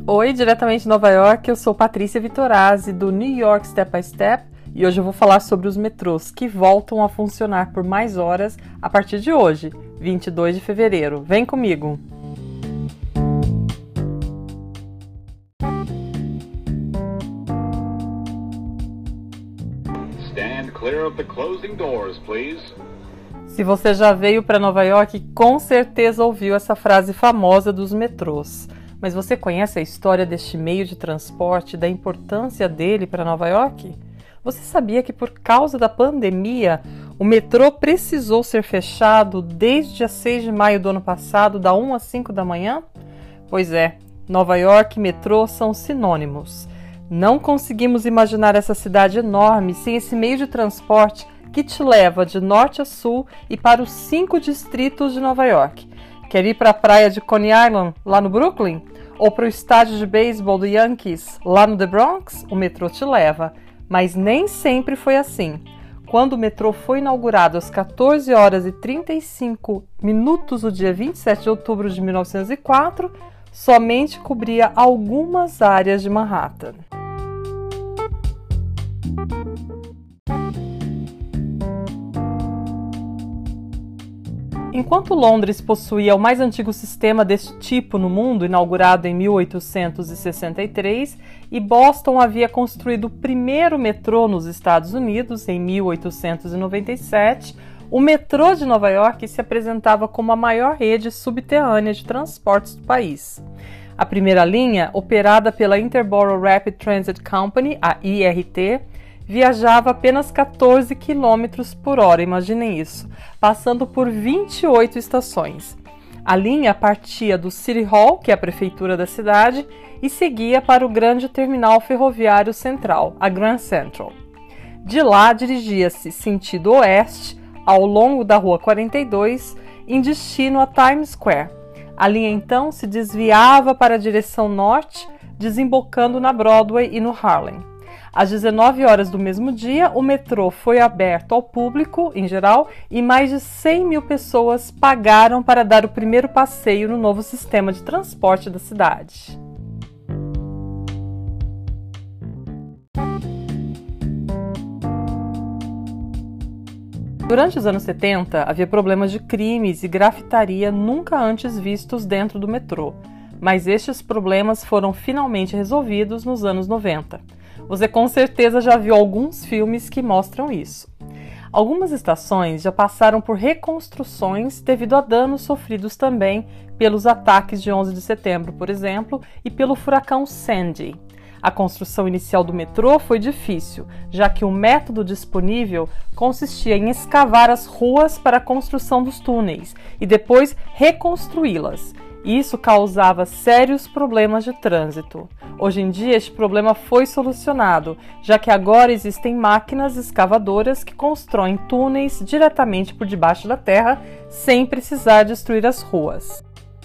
Oi, diretamente de Nova York, eu sou Patrícia Vitorazzi do New York Step by Step e hoje eu vou falar sobre os metrôs que voltam a funcionar por mais horas a partir de hoje, 22 de fevereiro. Vem comigo! Stand clear of the closing doors, please. Se você já veio para Nova York, com certeza ouviu essa frase famosa dos metrôs. Mas você conhece a história deste meio de transporte e da importância dele para Nova York? Você sabia que por causa da pandemia, o metrô precisou ser fechado desde dia 6 de maio do ano passado, da 1 às 5 da manhã? Pois é, Nova York e metrô são sinônimos. Não conseguimos imaginar essa cidade enorme sem esse meio de transporte que te leva de norte a sul e para os 5 distritos de Nova York. Quer ir para a praia de Coney Island, lá no Brooklyn? Ou para o estádio de beisebol do Yankees, lá no The Bronx? O metrô te leva. Mas nem sempre foi assim. Quando o metrô foi inaugurado às 14 horas e 35 minutos do dia 27 de outubro de 1904, somente cobria algumas áreas de Manhattan. Enquanto Londres possuía o mais antigo sistema deste tipo no mundo, inaugurado em 1863, e Boston havia construído o primeiro metrô nos Estados Unidos em 1897, o metrô de Nova York se apresentava como a maior rede subterrânea de transportes do país. A primeira linha, operada pela Interborough Rapid Transit Company, a IRT, viajava apenas 14 km por hora, imaginem isso, passando por 28 estações. A linha partia do City Hall, que é a prefeitura da cidade, e seguia para o grande terminal ferroviário central, a Grand Central. De lá, dirigia-se sentido oeste, ao longo da Rua 42, em destino a Times Square. A linha então se desviava para a direção norte, desembocando na Broadway e no Harlem. Às 19 horas do mesmo dia, o metrô foi aberto ao público, em geral, e mais de 100 mil pessoas pagaram para dar o primeiro passeio no novo sistema de transporte da cidade. Durante os anos 70, havia problemas de crimes e grafitaria nunca antes vistos dentro do metrô, mas estes problemas foram finalmente resolvidos nos anos 90. Você com certeza já viu alguns filmes que mostram isso. Algumas estações já passaram por reconstruções devido a danos sofridos também pelos ataques de 11 de setembro, por exemplo, e pelo furacão Sandy. A construção inicial do metrô foi difícil, já que o método disponível consistia em escavar as ruas para a construção dos túneis e depois reconstruí-las. Isso causava sérios problemas de trânsito. Hoje em dia, este problema foi solucionado, já que agora existem máquinas escavadoras que constroem túneis diretamente por debaixo da terra, sem precisar destruir as ruas.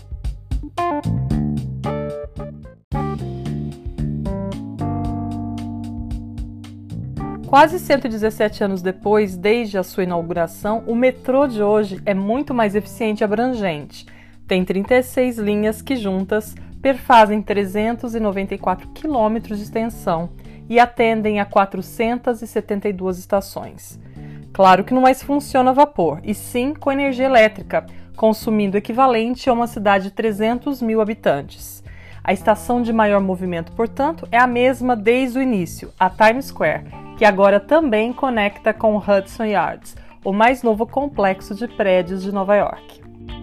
Quase 117 anos depois, desde a sua inauguração, o metrô de hoje é muito mais eficiente e abrangente. Tem 36 linhas que juntas perfazem 394 quilômetros de extensão e atendem a 472 estações. Claro que não mais funciona a vapor, e sim com energia elétrica, consumindo o equivalente a uma cidade de 300 mil habitantes. A estação de maior movimento, portanto, é a mesma desde o início, a Times Square, que agora também conecta com o Hudson Yards, o mais novo complexo de prédios de Nova York.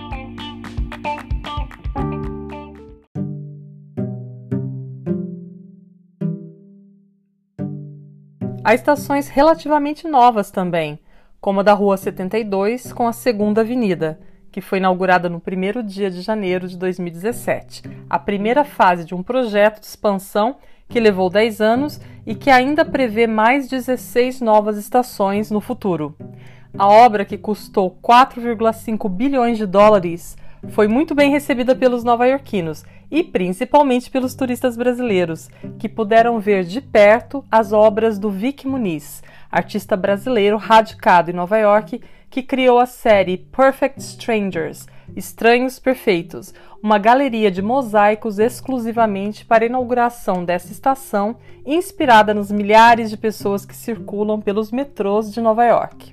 Há estações relativamente novas também, como a da Rua 72 com a Segunda Avenida, que foi inaugurada no primeiro dia de janeiro de 2017, a primeira fase de um projeto de expansão que levou 10 anos e que ainda prevê mais 16 novas estações no futuro. A obra, que custou 4,5 bilhões de dólares, foi muito bem recebida pelos nova-iorquinos e principalmente pelos turistas brasileiros, que puderam ver de perto as obras do Vic Muniz, artista brasileiro radicado em Nova York, que criou a série Perfect Strangers, Estranhos Perfeitos, uma galeria de mosaicos exclusivamente para a inauguração dessa estação, inspirada nos milhares de pessoas que circulam pelos metrôs de Nova York.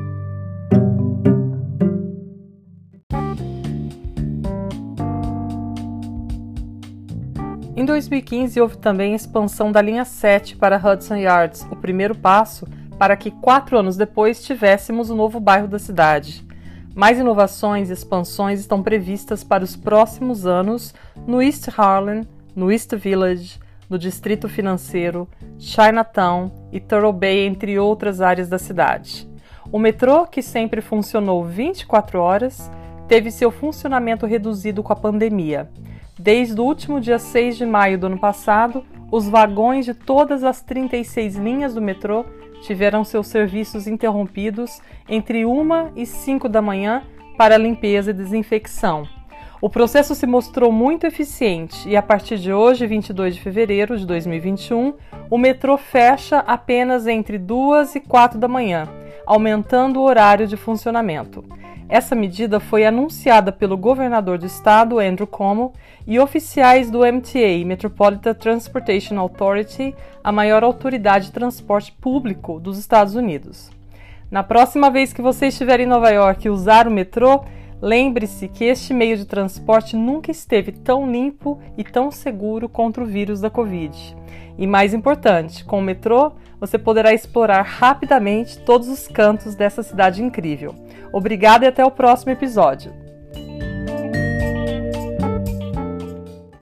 Em 2015, houve também a expansão da linha 7 para Hudson Yards, o primeiro passo para que 4 anos depois tivéssemos o novo bairro da cidade. Mais inovações e expansões estão previstas para os próximos anos no East Harlem, no East Village, no Distrito Financeiro, Chinatown e Turtle Bay, entre outras áreas da cidade. O metrô, que sempre funcionou 24 horas, teve seu funcionamento reduzido com a pandemia. Desde o último dia 6 de maio do ano passado, os vagões de todas as 36 linhas do metrô tiveram seus serviços interrompidos entre 1 e 5 da manhã para limpeza e desinfecção. O processo se mostrou muito eficiente e, a partir de hoje, 22 de fevereiro de 2021, o metrô fecha apenas entre 2 e 4 da manhã, aumentando o horário de funcionamento. Essa medida foi anunciada pelo governador do estado, Andrew Cuomo, e oficiais do MTA, Metropolitan Transportation Authority, a maior autoridade de transporte público dos Estados Unidos. Na próxima vez que você estiver em Nova York e usar o metrô, lembre-se que este meio de transporte nunca esteve tão limpo e tão seguro contra o vírus da Covid. E mais importante, com o metrô, você poderá explorar rapidamente todos os cantos dessa cidade incrível. Obrigada e até o próximo episódio.